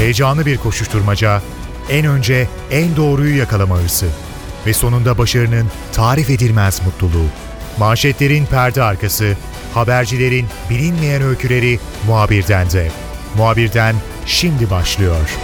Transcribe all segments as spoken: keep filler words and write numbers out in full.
Heyecanlı bir koşuşturmaca, en önce en doğruyu yakalama hırsı ve sonunda başarının tarif edilmez mutluluğu. Manşetlerin perde arkası, habercilerin bilinmeyen öyküleri Muhabir'den de. Muhabir'den şimdi başlıyor.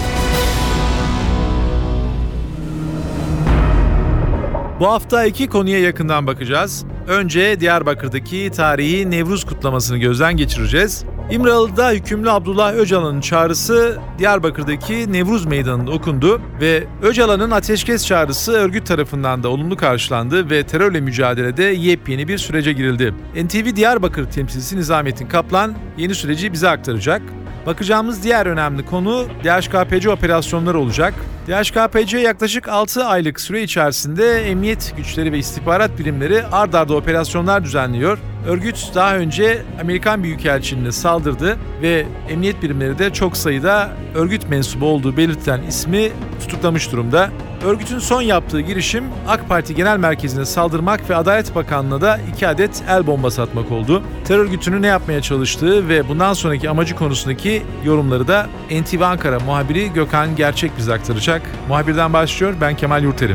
Bu hafta iki konuya yakından bakacağız. Önce Diyarbakır'daki tarihi Nevruz kutlamasını gözden geçireceğiz. İmralı'da hükümlü Abdullah Öcalan'ın çağrısı Diyarbakır'daki Nevruz Meydanı'nda okundu ve Öcalan'ın ateşkes çağrısı örgüt tarafından da olumlu karşılandı ve terörle mücadelede yepyeni bir sürece girildi. N T V Diyarbakır temsilcisi Nizamettin Kaplan yeni süreci bize aktaracak. Bakacağımız diğer önemli konu D H K P C operasyonları olacak. D H K P C yaklaşık altı aylık süre içerisinde emniyet güçleri ve istihbarat birimleri ard arda operasyonlar düzenliyor. Örgüt daha önce Amerikan Büyükelçiliğine saldırdı ve emniyet birimleri de çok sayıda örgüt mensubu olduğu belirtilen ismi tutuklamış durumda. Örgütün son yaptığı girişim AK Parti Genel Merkezi'ne saldırmak ve Adalet Bakanlığı'na da iki adet el bombası atmak oldu. Terör örgütünün ne yapmaya çalıştığı ve bundan sonraki amacı konusundaki yorumları da N T V Ankara muhabiri Gökhan Gerçek bize aktaracak. Muhabirden başlıyor, ben Kemal Yurteri.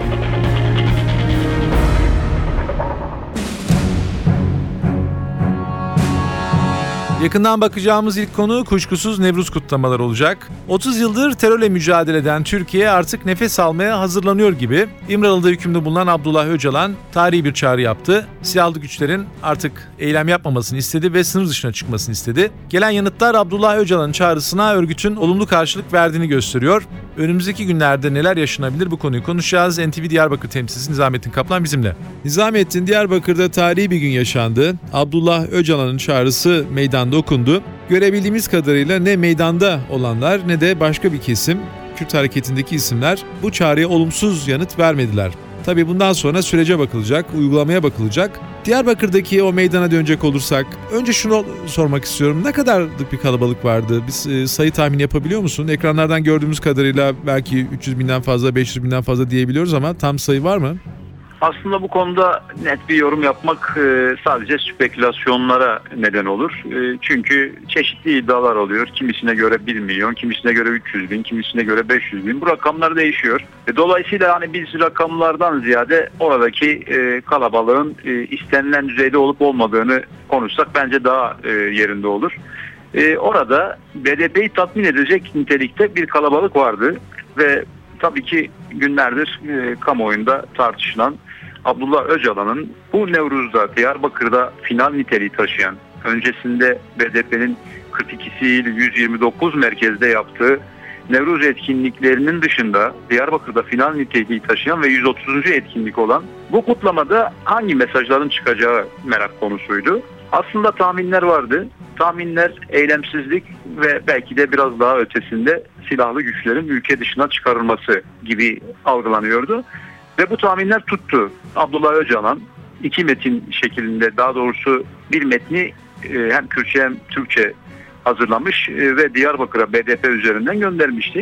Yakından bakacağımız ilk konu kuşkusuz Nevruz kutlamaları olacak. otuz yıldır terörle mücadele eden Türkiye artık nefes almaya hazırlanıyor gibi. İmralı'da hükümlü bulunan Abdullah Öcalan tarihi bir çağrı yaptı. Silahlı güçlerin artık eylem yapmamasını istedi ve sınır dışına çıkmasını istedi. Gelen yanıtlar Abdullah Öcalan'ın çağrısına örgütün olumlu karşılık verdiğini gösteriyor. Önümüzdeki günlerde neler yaşanabilir, bu konuyu konuşacağız. N T V Diyarbakır temsilcisi Nizamettin Kaplan bizimle. Nizamettin, Diyarbakır'da tarihi bir gün yaşandı. Abdullah Öcalan'ın çağrısı meydanda okundu. Görebildiğimiz kadarıyla ne meydanda olanlar ne de başka bir kesim, Kürt hareketindeki isimler bu çağrıya olumsuz yanıt vermediler. Tabii bundan sonra sürece bakılacak, uygulamaya bakılacak. Diyarbakır'daki o meydana dönecek olursak, önce şunu sormak istiyorum. Ne kadarlık bir kalabalık vardı? Biz e, sayı tahmini yapabiliyor musun? Ekranlardan gördüğümüz kadarıyla belki üç yüz binden fazla, beş yüz binden fazla diyebiliyoruz ama tam sayı var mı? Aslında bu konuda net bir yorum yapmak e, sadece spekülasyonlara neden olur. E, çünkü çeşitli iddialar oluyor. Kimisine göre bir milyon, kimisine göre üç yüz bin, kimisine göre beş yüz bin. Bu rakamlar değişiyor. E, dolayısıyla hani biz rakamlardan ziyade oradaki e, kalabalığın e, istenilen düzeyde olup olmadığını konuşsak bence daha e, yerinde olur. E, orada B D P'yi tatmin edecek nitelikte bir kalabalık vardı ve tabii ki günlerdir e, kamuoyunda tartışılan Abdullah Öcalan'ın bu Nevruz'da Diyarbakır'da final niteliği taşıyan, öncesinde B D P'nin kırk ikisi yüz yirmi dokuz merkezde yaptığı Nevruz etkinliklerinin dışında Diyarbakır'da final niteliği taşıyan ve yüz otuzuncu etkinlik olan bu kutlamada hangi mesajların çıkacağı merak konusuydu. Aslında tahminler vardı. Tahminler eylemsizlik ve belki de biraz daha ötesinde silahlı güçlerin ülke dışına çıkarılması gibi algılanıyordu. Ve bu tahminler tuttu. Abdullah Öcalan iki metin şeklinde, daha doğrusu bir metni hem Kürtçe hem Türkçe hazırlamış ve Diyarbakır'a B D P üzerinden göndermişti.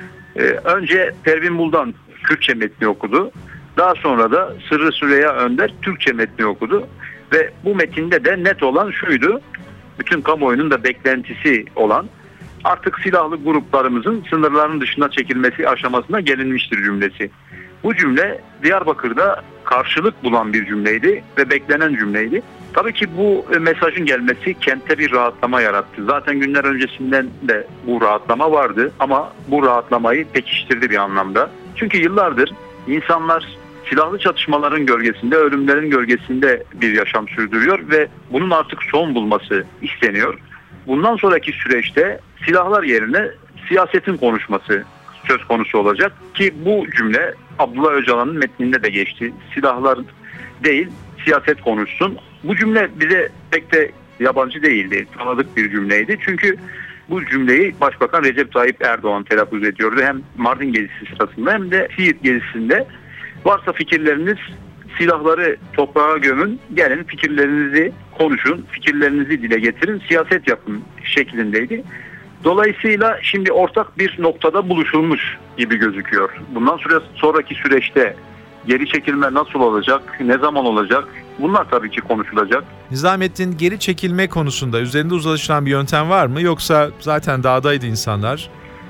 Önce Pervin Buldan Kürtçe metni okudu. Daha sonra da Sırrı Süreyya Önder Türkçe metni okudu. Ve bu metinde de net olan şuydu. Bütün kamuoyunun da beklentisi olan, artık silahlı gruplarımızın sınırların dışına çekilmesi aşamasına gelinmiştir cümlesi. Bu cümle Diyarbakır'da karşılık bulan bir cümleydi ve beklenen cümleydi. Tabii ki bu mesajın gelmesi kentte bir rahatlama yarattı. Zaten günler öncesinden de bu rahatlama vardı ama bu rahatlamayı pekiştirdi bir anlamda. Çünkü yıllardır insanlar silahlı çatışmaların gölgesinde, ölümlerin gölgesinde bir yaşam sürdürüyor ve bunun artık son bulması isteniyor. Bundan sonraki süreçte silahlar yerine siyasetin konuşması söz konusu olacak ki bu cümle Abdullah Öcalan'ın metninde de geçti. Silahlar değil, siyaset konuşsun. Bu cümle bize pek de yabancı değildi, tanıdık bir cümleydi. Çünkü bu cümleyi Başbakan Recep Tayyip Erdoğan telaffuz ediyordu. Hem Mardin gezisi sırasında hem de Siirt gezisinde. Varsa fikirleriniz, silahları toprağa gömün, gelin fikirlerinizi konuşun, fikirlerinizi dile getirin, siyaset yapın şeklindeydi. Dolayısıyla şimdi ortak bir noktada buluşulmuş gibi gözüküyor. Bundan sonra sonraki süreçte geri çekilme nasıl olacak, ne zaman olacak? Bunlar tabii ki konuşulacak. Nizamettin, geri çekilme konusunda üzerinde uzlaşılan bir yöntem var mı? Yoksa zaten dağdaydı insanlar?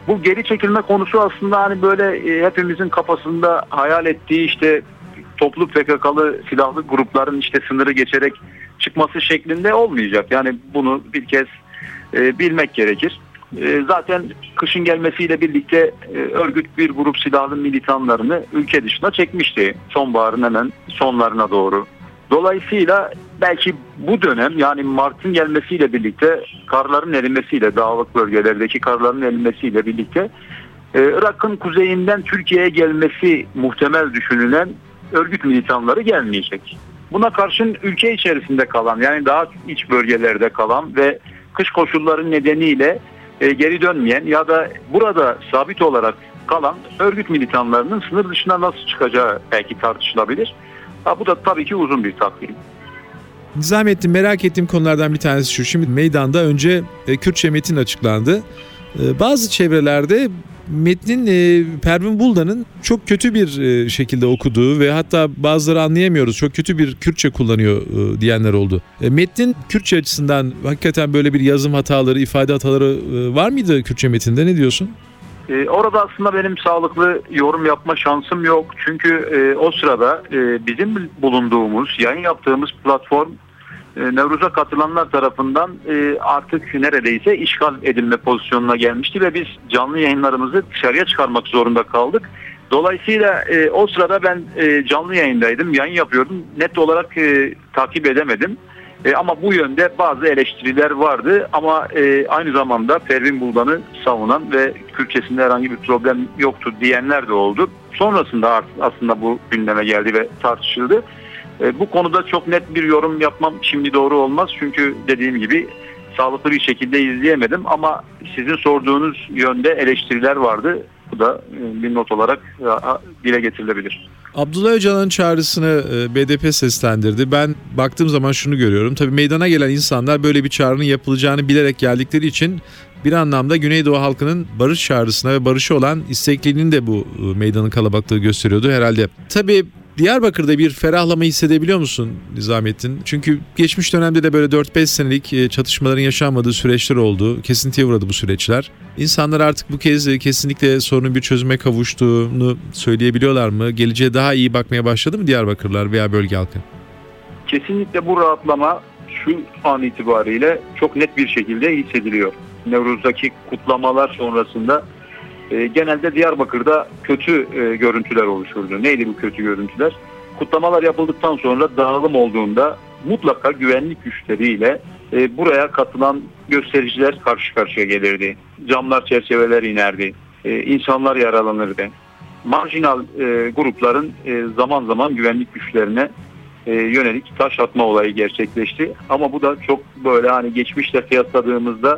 Bu geri çekilme konusu aslında hani böyle e, hepimizin kafasında hayal ettiği işte toplu P K K'lı silahlı grupların işte sınırı geçerek çıkması şeklinde olmayacak. Yani bunu bir kez e, bilmek gerekir. E, zaten kışın gelmesiyle birlikte e, örgüt bir grup silahlı militanlarını ülke dışına çekmişti. Sonbaharın hemen sonlarına doğru. Dolayısıyla belki bu dönem yani Mart'ın gelmesiyle birlikte karların erimesiyle, dağlık bölgelerdeki karların erimesiyle birlikte e, Irak'ın kuzeyinden Türkiye'ye gelmesi muhtemel düşünülen örgüt militanları gelmeyecek. Buna karşın ülke içerisinde kalan yani daha iç bölgelerde kalan ve kış koşulları nedeniyle e, geri dönmeyen ya da burada sabit olarak kalan örgüt militanlarının sınır dışına nasıl çıkacağı belki tartışılabilir. Ha, bu da tabii ki uzun bir takvim. Nizamettin, merak ettiğim konulardan bir tanesi şu. Şimdi meydanda önce e, Kürtçe metin açıklandı. E, bazı çevrelerde metnin e, Pervin Buldan'ın çok kötü bir e, şekilde okuduğu ve hatta bazıları anlayamıyoruz, çok kötü bir Kürtçe kullanıyor e, diyenler oldu. E, metnin Kürtçe açısından hakikaten böyle bir yazım hataları, ifade hataları e, var mıydı Kürtçe metinde? Ne diyorsun? Ee, orada aslında benim sağlıklı yorum yapma şansım yok. Çünkü e, o sırada e, bizim bulunduğumuz, yayın yaptığımız platform e, Nevruz'a katılanlar tarafından e, artık neredeyse işgal edilme pozisyonuna gelmişti ve biz canlı yayınlarımızı dışarıya çıkarmak zorunda kaldık. Dolayısıyla e, o sırada ben e, canlı yayındaydım, yayın yapıyordum. Net olarak e, takip edemedim. E, ama bu yönde bazı eleştiriler vardı ama e, aynı zamanda Pervin Buldan'ı savunan ve Kürtçesinde herhangi bir problem yoktu diyenler de oldu. Sonrasında aslında bu gündeme geldi ve tartışıldı. E, bu konuda çok net bir yorum yapmam şimdi doğru olmaz çünkü dediğim gibi sağlıklı bir şekilde izleyemedim ama sizin sorduğunuz yönde eleştiriler vardı. Bu da e, bir not olarak e, dile getirilebilir. Abdullah Öcalan'ın çağrısını B D P seslendirdi. Ben baktığım zaman şunu görüyorum. Tabii meydana gelen insanlar böyle bir çağrının yapılacağını bilerek geldikleri için bir anlamda Güneydoğu halkının barış çağrısına ve barışı olan istekliliğinin de bu meydanın kalabalığı gösteriyordu herhalde. Tabii Diyarbakır'da bir ferahlama hissedebiliyor musun Nizamettin? Çünkü geçmiş dönemde de böyle dört beş senelik çatışmaların yaşanmadığı süreçler oldu. Kesintiye uğradı bu süreçler. İnsanlar artık bu kez kesinlikle sorunun bir çözüme kavuştuğunu söyleyebiliyorlar mı? Geleceğe daha iyi bakmaya başladı mı Diyarbakırlılar veya bölge halkı? Kesinlikle bu rahatlama şu an itibariyle çok net bir şekilde hissediliyor. Nevruz'daki kutlamalar sonrasında E, genelde Diyarbakır'da kötü e, görüntüler oluşurdu. Neydi bu kötü görüntüler? Kutlamalar yapıldıktan sonra dağılım olduğunda mutlaka güvenlik güçleriyle e, buraya katılan göstericiler karşı karşıya gelirdi. Camlar, çerçeveler inerdi. E, insanlar yaralanırdı. Marjinal e, grupların e, zaman zaman güvenlik güçlerine e, yönelik taş atma olayı gerçekleşti. Ama bu da çok böyle hani geçmişle kıyasladığımızda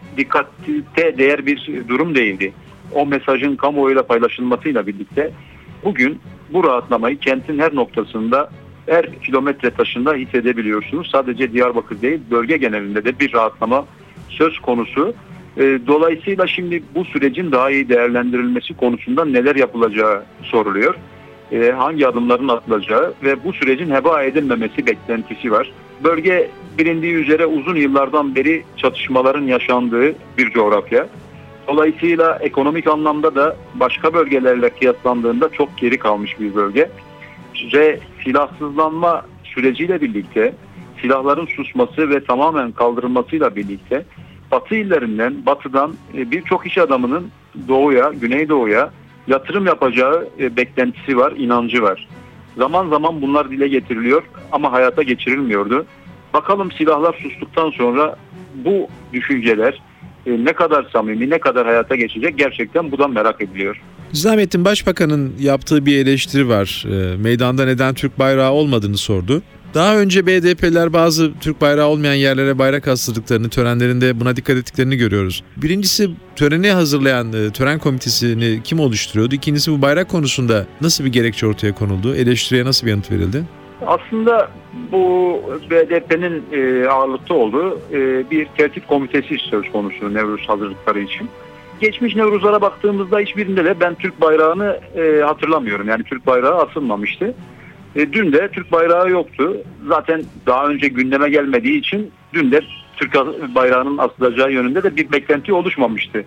dikkate değer bir durum değildi. O mesajın kamuoyuyla paylaşılmasıyla birlikte bugün bu rahatlamayı kentin her noktasında, her kilometre taşında hissedebiliyorsunuz. Sadece Diyarbakır değil, bölge genelinde de bir rahatlama söz konusu. Dolayısıyla şimdi bu sürecin daha iyi değerlendirilmesi konusunda neler yapılacağı soruluyor. Hangi adımların atılacağı ve bu sürecin heba edilmemesi beklentisi var. Bölge bilindiği üzere uzun yıllardan beri çatışmaların yaşandığı bir coğrafya. Dolayısıyla ekonomik anlamda da başka bölgelerle kıyaslandığında çok geri kalmış bir bölge. Ve silahsızlanma süreciyle birlikte, silahların susması ve tamamen kaldırılmasıyla birlikte Batı illerinden, batıdan birçok iş adamının doğuya, güneydoğuya yatırım yapacağı beklentisi var, inancı var. Zaman zaman bunlar dile getiriliyor ama hayata geçirilmiyordu. Bakalım silahlar sustuktan sonra bu düşünceler ne kadar samimi, ne kadar hayata geçecek gerçekten bu da merak ediliyor. Nizamettin, Başbakan'ın yaptığı bir eleştiri var. E, meydanda neden Türk bayrağı olmadığını sordu. Daha önce B D P'liler bazı Türk bayrağı olmayan yerlere bayrak astırdıklarını, törenlerinde buna dikkat ettiklerini görüyoruz. Birincisi, töreni hazırlayan e, tören komitesini kim oluşturuyordu? İkincisi, bu bayrak konusunda nasıl bir gerekçe ortaya konuldu? Eleştiriye nasıl bir yanıt verildi? Aslında bu B D P'nin e, ağırlıkta olduğu e, bir tertip komitesi söz konusu Nevruz hazırlıkları için. Geçmiş Nevruzlara baktığımızda hiçbirinde de ben Türk bayrağını e, hatırlamıyorum. Yani Türk bayrağı asılmamıştı. E, dün de Türk bayrağı yoktu. Zaten daha önce gündeme gelmediği için dün de Türk bayrağının asılacağı yönünde de bir beklenti oluşmamıştı.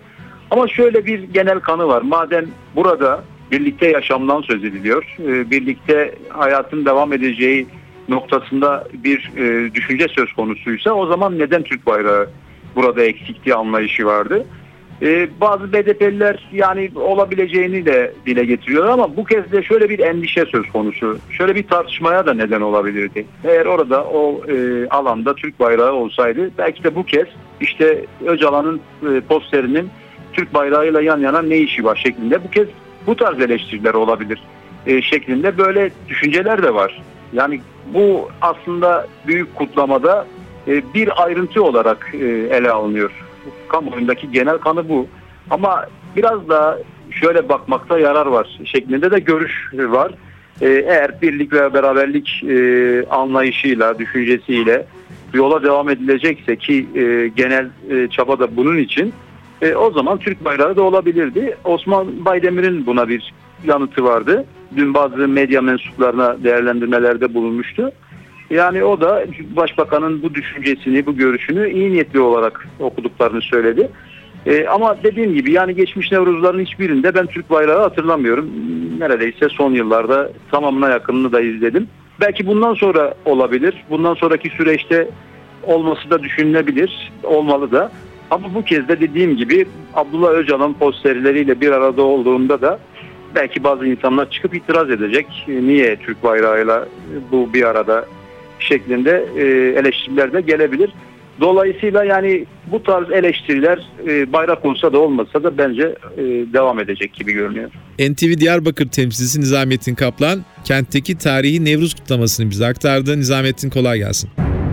Ama şöyle bir genel kanı var. Madem burada birlikte yaşamdan söz ediliyor, birlikte hayatın devam edeceği noktasında bir düşünce söz konusuysa o zaman neden Türk bayrağı burada eksikliği anlayışı vardı? Ee, bazı B D P'liler yani olabileceğini de dile getiriyorlar ama bu kez de şöyle bir endişe söz konusu. Şöyle bir tartışmaya da neden olabilirdi. Eğer orada o e, alanda Türk bayrağı olsaydı belki de bu kez işte Öcalan'ın e, posterinin Türk bayrağıyla yan yana ne işi var şeklinde bu kez bu tarz eleştiriler olabilir e, şeklinde böyle düşünceler de var. Yani bu aslında büyük kutlamada e, bir ayrıntı olarak e, ele alınıyor. Kamuoyundaki genel kanı bu. Ama biraz da şöyle bakmakta yarar var şeklinde de görüş var. Ee, eğer birlik ve beraberlik e, anlayışıyla, düşüncesiyle yola devam edilecekse ki e, genel e, çaba da bunun için e, o zaman Türk bayrağı da olabilirdi. Osman Baydemir'in buna bir yanıtı vardı. Dün bazı medya mensuplarına değerlendirmelerde bulunmuştu. Yani o da Başbakanın bu düşüncesini, bu görüşünü iyi niyetli olarak okuduklarını söyledi. Ee, ama dediğim gibi yani geçmiş Nevruzların hiçbirinde ben Türk bayrağı hatırlamıyorum. Neredeyse son yıllarda tamamına yakınını da izledim. Belki bundan sonra olabilir. Bundan sonraki süreçte olması da düşünülebilir. Olmalı da. Ama bu kez de dediğim gibi Abdullah Öcalan posterleriyle bir arada olduğunda da belki bazı insanlar çıkıp itiraz edecek. Niye Türk bayrağıyla bu bir arada şeklinde eleştiriler de gelebilir. Dolayısıyla yani bu tarz eleştiriler bayrak olsa da olmasa da bence devam edecek gibi görünüyor. N T V Diyarbakır temsilcisi Nizamettin Kaplan kentteki tarihi Nevruz kutlamasını bize aktardı. Nizamettin kolay gelsin.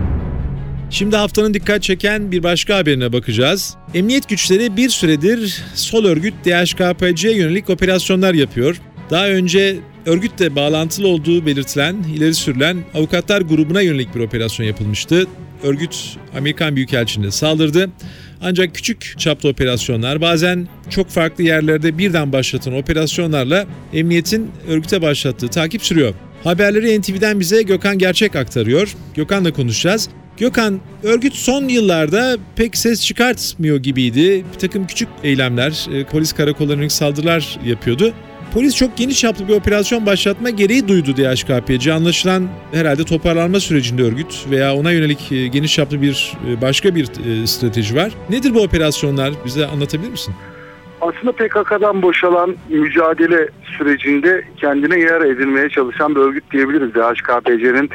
Şimdi haftanın dikkat çeken bir başka haberine bakacağız. Emniyet güçleri bir süredir sol örgüt D H K P C'ye yönelik operasyonlar yapıyor. Daha önce örgütle bağlantılı olduğu belirtilen, ileri sürülen avukatlar grubuna yönelik bir operasyon yapılmıştı. Örgüt Amerikan Büyükelçiliğine saldırdı. Ancak küçük çaplı operasyonlar, bazen çok farklı yerlerde birden başlatan operasyonlarla emniyetin örgüte başlattığı takip sürüyor. Haberleri N T V'den bize Gökhan Gerçek aktarıyor. Gökhan'la konuşacağız. Gökhan, örgüt son yıllarda pek ses çıkartmıyor gibiydi. Bir takım küçük eylemler, polis karakollarına yönelik saldırılar yapıyordu. Polis çok geniş çaplı bir operasyon başlatma gereği duydu D H K P C. Anlaşılan herhalde toparlanma sürecinde örgüt veya ona yönelik geniş çaplı bir başka bir strateji var. Nedir bu operasyonlar? Bize anlatabilir misin? Aslında P K K'dan boşalan mücadele sürecinde kendine yer edinmeye çalışan bir örgüt diyebiliriz D H K P C'nin.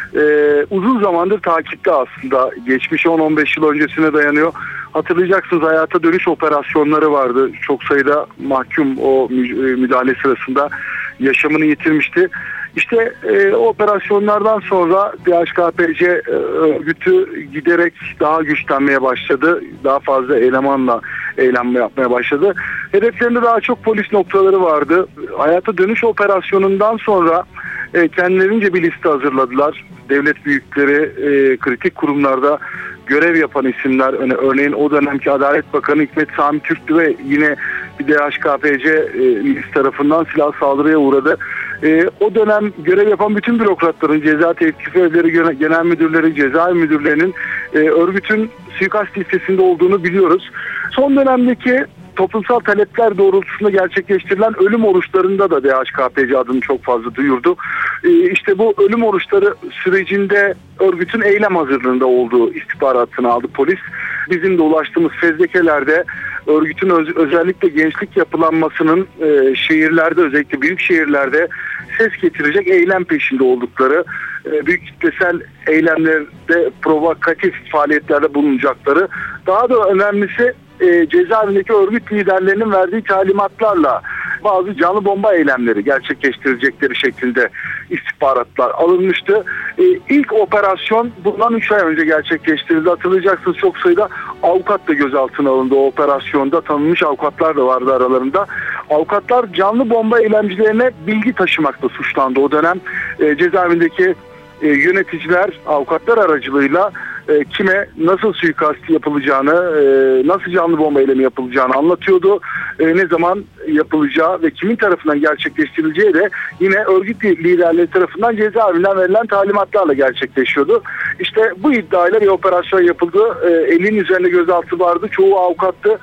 Ee, uzun zamandır takipte aslında. Geçmiş on on beş yıl öncesine dayanıyor. Hatırlayacaksınız, hayata dönüş operasyonları vardı. Çok sayıda mahkum o müdahale sırasında yaşamını yitirmişti. İşte e, o operasyonlardan sonra D H K P C e, örgütü giderek daha güçlenmeye başladı. Daha fazla elemanla eylem yapmaya başladı. Hedeflerinde daha çok polis noktaları vardı. Hayata dönüş operasyonundan sonra e, kendilerince bir liste hazırladılar. Devlet büyükleri, e, kritik kurumlarda görev yapan isimler, örneğin o dönemki Adalet Bakanı Hikmet Sami Türk'tü ve yine bir D H K P C e, tarafından silah saldırıya uğradı. E, o dönem görev yapan bütün bürokratların, ceza tevkif evleri genel müdürleri, cezaevi müdürlerinin e, örgütün suikast listesinde olduğunu biliyoruz. Son dönemdeki toplumsal talepler doğrultusunda gerçekleştirilen ölüm oruçlarında da D H K P C adını çok fazla duyurdu. Ee, işte bu ölüm oruçları sürecinde örgütün eylem hazırlığında olduğu istihbaratını aldı polis. Bizim de ulaştığımız fezlekelerde örgütün öz- özellikle gençlik yapılanmasının e, şehirlerde, özellikle büyük şehirlerde ses getirecek eylem peşinde oldukları, e, büyük kitlesel eylemlerde provokatif faaliyetlerde bulunacakları, daha da önemlisi E, cezaevindeki örgüt liderlerinin verdiği talimatlarla bazı canlı bomba eylemleri gerçekleştirecekleri şeklinde istihbaratlar alınmıştı. E, ilk operasyon bundan üç ay önce gerçekleştirildi. Hatırlayacaksınız, çok sayıda avukat da gözaltına alındı o operasyonda. Tanınmış avukatlar da vardı aralarında. Avukatlar canlı bomba eylemcilerine bilgi taşımakla suçlandı o dönem. E, cezaevindeki e, yöneticiler avukatlar aracılığıyla E, kime nasıl suikast yapılacağını, e, nasıl canlı bomba eylemi yapılacağını anlatıyordu. E, ne zaman yapılacağı ve kimin tarafından gerçekleştirileceği de yine örgüt liderleri tarafından cezaevinden verilen talimatlarla gerçekleşiyordu. İşte bu iddiayla bir operasyon yapıldı. E, elinin üzerinde gözaltı vardı. Çoğu avukattı.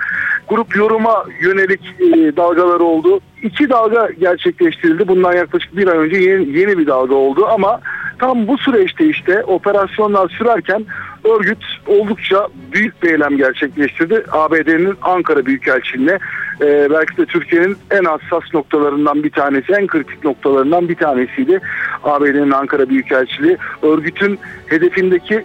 grup yoruma yönelik e, dalgaları oldu. İki dalga gerçekleştirildi. Bundan yaklaşık bir ay önce yeni, yeni bir dalga oldu ama tam bu süreçte işte operasyonlar sürerken örgüt oldukça büyük bir eylem gerçekleştirdi. A B D'nin Ankara Büyükelçiliğine e, belki de Türkiye'nin en hassas noktalarından bir tanesi, en kritik noktalarından bir tanesiydi. A B D'nin Ankara Büyükelçiliği örgütün hedefindeki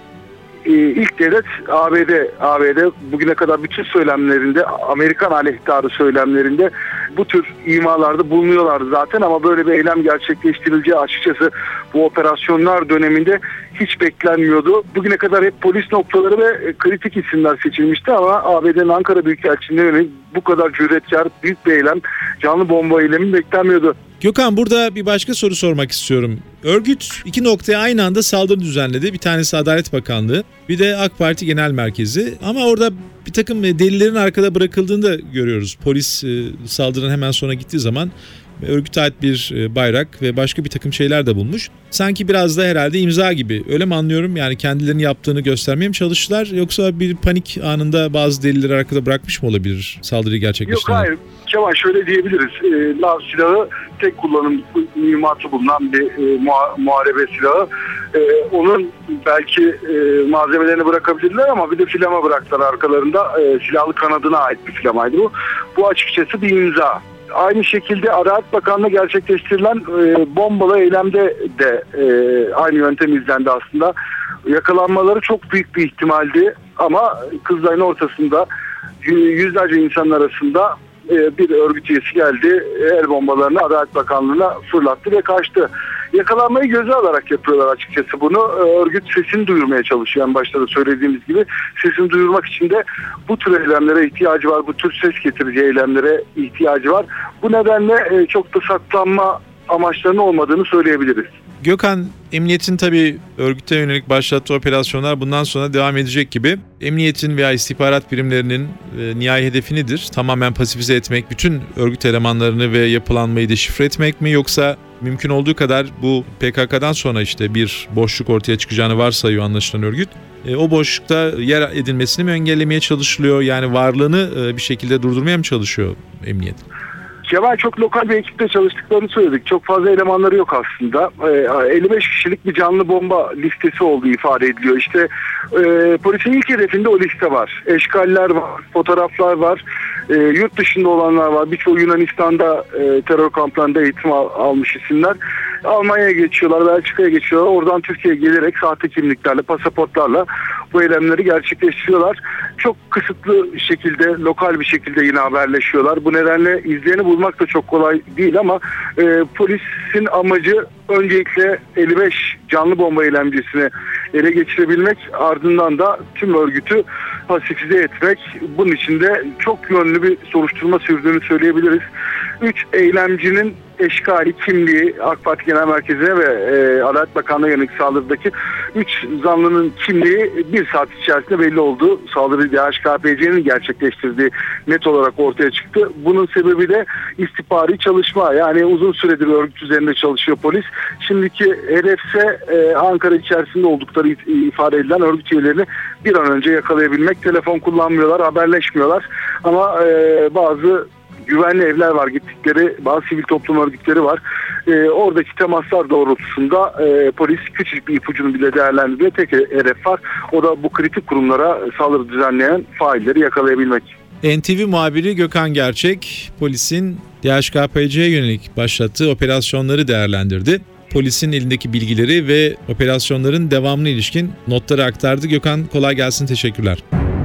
İlk devlet A B D. A B D bugüne kadar bütün söylemlerinde, Amerikan aleyhtarı söylemlerinde bu tür imalarda bulunuyorlardı zaten ama böyle bir eylem gerçekleştirileceği açıkçası bu operasyonlar döneminde hiç beklenmiyordu. Bugüne kadar hep polis noktaları ve kritik isimler seçilmişti ama A B D'nin Ankara Büyükelçiliğine yönelik bu kadar cüretkar büyük bir eylem, canlı bomba eylemi beklenmiyordu. Gökhan, burada bir başka soru sormak istiyorum. Örgüt iki noktaya aynı anda saldırı düzenledi. Bir tanesi Adalet Bakanlığı, bir de AK Parti Genel Merkezi. Ama orada bir takım delillerin arkada bırakıldığını da görüyoruz. Polis saldırının hemen sonra gittiği zaman örgüte ait bir bayrak ve başka bir takım şeyler de bulmuş. Sanki biraz da herhalde imza gibi. Öyle mi anlıyorum? Yani kendilerinin yaptığını göstermeye mi çalıştılar? Yoksa bir panik anında bazı delilleri arkada bırakmış mı olabilir saldırıyı gerçekleştiren? Yok, hayır. Kemal, şöyle diyebiliriz. E, Lav silahı tek kullanım mühimmatı bulunan bir e, muha- muharebe silahı. E, onun belki e, malzemelerini bırakabilirler ama bir de filama bıraktılar arkalarında. E, silahlı kanadına ait bir filamaydı bu. Bu açıkçası bir imza. Aynı şekilde Adalet Bakanlığı gerçekleştirilen e, bombalı eylemde de e, aynı yöntem izlendi aslında. Yakalanmaları çok büyük bir ihtimaldi ama Kızılay'ın ortasında yüzlerce insan arasında e, bir örgüt üyesi geldi. El bombalarını Adalet Bakanlığı'na fırlattı ve kaçtı. Yakalanmayı göze alarak yapıyorlar açıkçası bunu. Örgüt sesini duyurmaya çalışıyor. En başta da söylediğimiz gibi sesini duyurmak için de bu tür eylemlere ihtiyacı var. Bu tür ses getirici eylemlere ihtiyacı var. Bu nedenle çok da saklanma amaçlarının olmadığını söyleyebiliriz. Gökhan, emniyetin tabii örgüte yönelik başlattığı operasyonlar bundan sonra devam edecek gibi. Emniyetin veya istihbarat birimlerinin e, nihai hedefi nedir? Tamamen pasifize etmek, bütün örgüt elemanlarını ve yapılanmayı deşifre etmek mi? Yoksa mümkün olduğu kadar bu P K K'dan sonra işte bir boşluk ortaya çıkacağını varsayıyor anlaşılan örgüt. E, o boşlukta yer edilmesini mi engellemeye çalışılıyor? Yani varlığını e, bir şekilde durdurmaya mı çalışıyor emniyet? Kemal, çok lokal bir ekiple çalıştıklarını söyledik. Çok fazla elemanları yok aslında. elli beş kişilik bir canlı bomba listesi olduğu ifade ediliyor. İşte e, polisin ilk hedefinde o liste var. Eşkaller var, fotoğraflar var. E, yurt dışında olanlar var. Birçoğu Yunanistan'da e, terör kamplarında eğitim al, almış isimler. Almanya'ya geçiyorlar, Belçika'ya geçiyorlar. Oradan Türkiye'ye gelerek sahte kimliklerle, pasaportlarla bu eylemleri gerçekleştiriyorlar. Çok kısıtlı şekilde, lokal bir şekilde yine haberleşiyorlar. Bu nedenle izleyeni bulmak da çok kolay değil ama e, polisin amacı öncelikle elli beş canlı bomba eylemcisini ele geçirebilmek, ardından da tüm örgütü pasifize etmek. Bunun için de çok yönlü bir soruşturma sürdüğünü söyleyebiliriz. Üç eylemcinin eşkali, kimliği, AK Parti Genel Merkezi'ne ve e, Adalet Bakanlığı'na yönelik saldırıdaki üç zanlının kimliği bir saat içerisinde belli oldu. Saldırıyı D H K P C'nin gerçekleştirdiği net olarak ortaya çıktı. Bunun sebebi de istihbari çalışma. Yani uzun süredir örgüt üzerinde çalışıyor polis. Şimdiki hedefse e, Ankara içerisinde oldukları ifade edilen örgüt üyelerini bir an önce yakalayabilmek. Telefon kullanmıyorlar, haberleşmiyorlar ama e, bazı güvenli evler var gittikleri, bazı sivil toplum örgütleri var. E, oradaki temaslar doğrultusunda e, polis küçük bir ipucunu bile değerlendirdiği tek hedef var. O da bu kritik kurumlara saldırı düzenleyen failleri yakalayabilmek. N T V muhabiri Gökhan Gerçek, polisin D H K P C'ye yönelik başlattığı operasyonları değerlendirdi. Polisin elindeki bilgileri ve operasyonların devamına ilişkin notları aktardı. Gökhan, kolay gelsin, teşekkürler.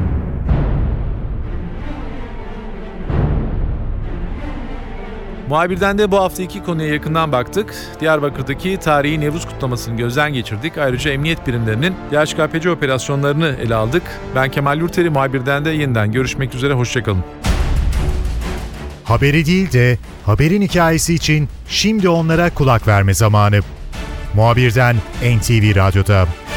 Muhabirden de bu hafta iki konuya yakından baktık. Diyarbakır'daki tarihi Nevruz kutlamasını gözden geçirdik. Ayrıca emniyet birimlerinin D H K P C operasyonlarını ele aldık. Ben Kemal Yurteri, muhabirden de yeniden görüşmek üzere, hoşçakalın. Haberi değil de haberin hikayesi için şimdi onlara kulak verme zamanı. Muhabirden N T V Radyo'da.